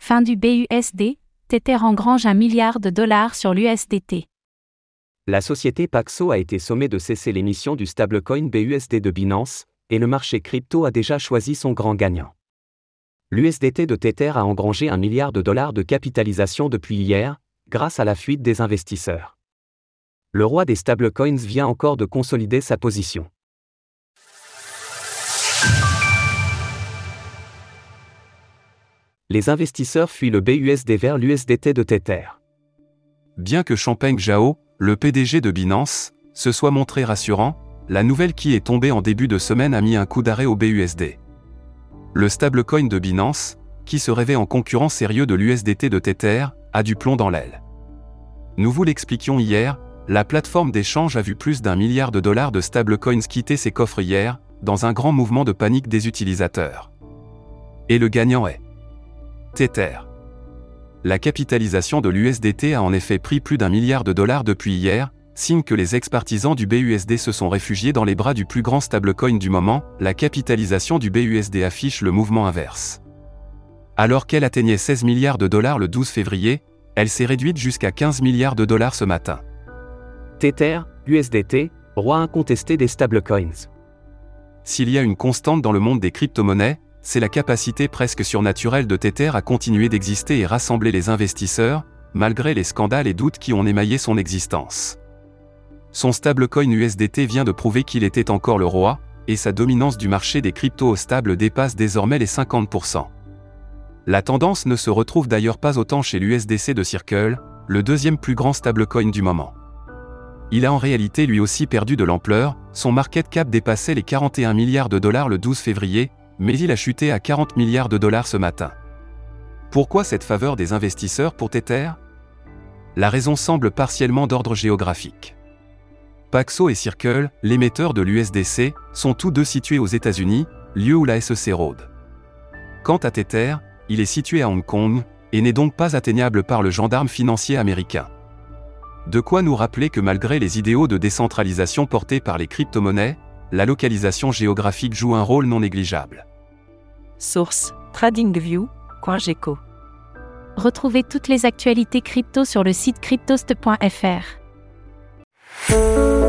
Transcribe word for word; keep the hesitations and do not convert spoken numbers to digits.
Fin du B U S D, Tether engrange un milliard de dollars sur l'U S D T. La société Paxos a été sommée de cesser l'émission du stablecoin B U S D de Binance, et le marché crypto a déjà choisi son grand gagnant. L'U S D T de Tether a engrangé un milliard de dollars de capitalisation depuis hier, grâce à la fuite des investisseurs. Le roi des stablecoins vient encore de consolider sa position. Les investisseurs fuient le B U S D vers l'U S D T de Tether. Bien que Changpeng Zhao, le P D G de Binance, se soit montré rassurant, la nouvelle qui est tombée en début de semaine a mis un coup d'arrêt au B U S D. Le stablecoin de Binance, qui se rêvait en concurrent sérieux de l'U S D T de Tether, a du plomb dans l'aile. Nous vous l'expliquions hier, la plateforme d'échange a vu plus d'un milliard de dollars de stablecoins quitter ses coffres hier, dans un grand mouvement de panique des utilisateurs. Et le gagnant est Tether. La capitalisation de l'U S D T a en effet pris plus d'un milliard de dollars depuis hier, signe que les ex-partisans du B U S D se sont réfugiés dans les bras du plus grand stablecoin du moment. La capitalisation du B U S D affiche le mouvement inverse. Alors qu'elle atteignait seize milliards de dollars le douze février, elle s'est réduite jusqu'à quinze milliards de dollars ce matin. Tether, U S D T, roi incontesté des stablecoins. S'il y a une constante dans le monde des crypto-monnaies, c'est la capacité presque surnaturelle de Tether à continuer d'exister et rassembler les investisseurs, malgré les scandales et doutes qui ont émaillé son existence. Son stablecoin U S D T vient de prouver qu'il était encore le roi, et sa dominance du marché des cryptos stables dépasse désormais les cinquante pour cent. La tendance ne se retrouve d'ailleurs pas autant chez l'U S D C de Circle, le deuxième plus grand stablecoin du moment. Il a en réalité lui aussi perdu de l'ampleur, son market cap dépassait les quarante et un milliards de dollars le douze février, mais il a chuté à quarante milliards de dollars ce matin. Pourquoi cette faveur des investisseurs pour Tether ? La raison semble partiellement d'ordre géographique. Paxos et Circle, l'émetteur de l'U S D C, sont tous deux situés aux États-Unis, lieu où la S E C rôde. Quant à Tether, il est situé à Hong Kong, et n'est donc pas atteignable par le gendarme financier américain. De quoi nous rappeler que malgré les idéaux de décentralisation portés par les crypto-monnaies, la localisation géographique joue un rôle non négligeable. Source: TradingView point geco. Retrouvez toutes les actualités crypto sur le site cryptost point f r.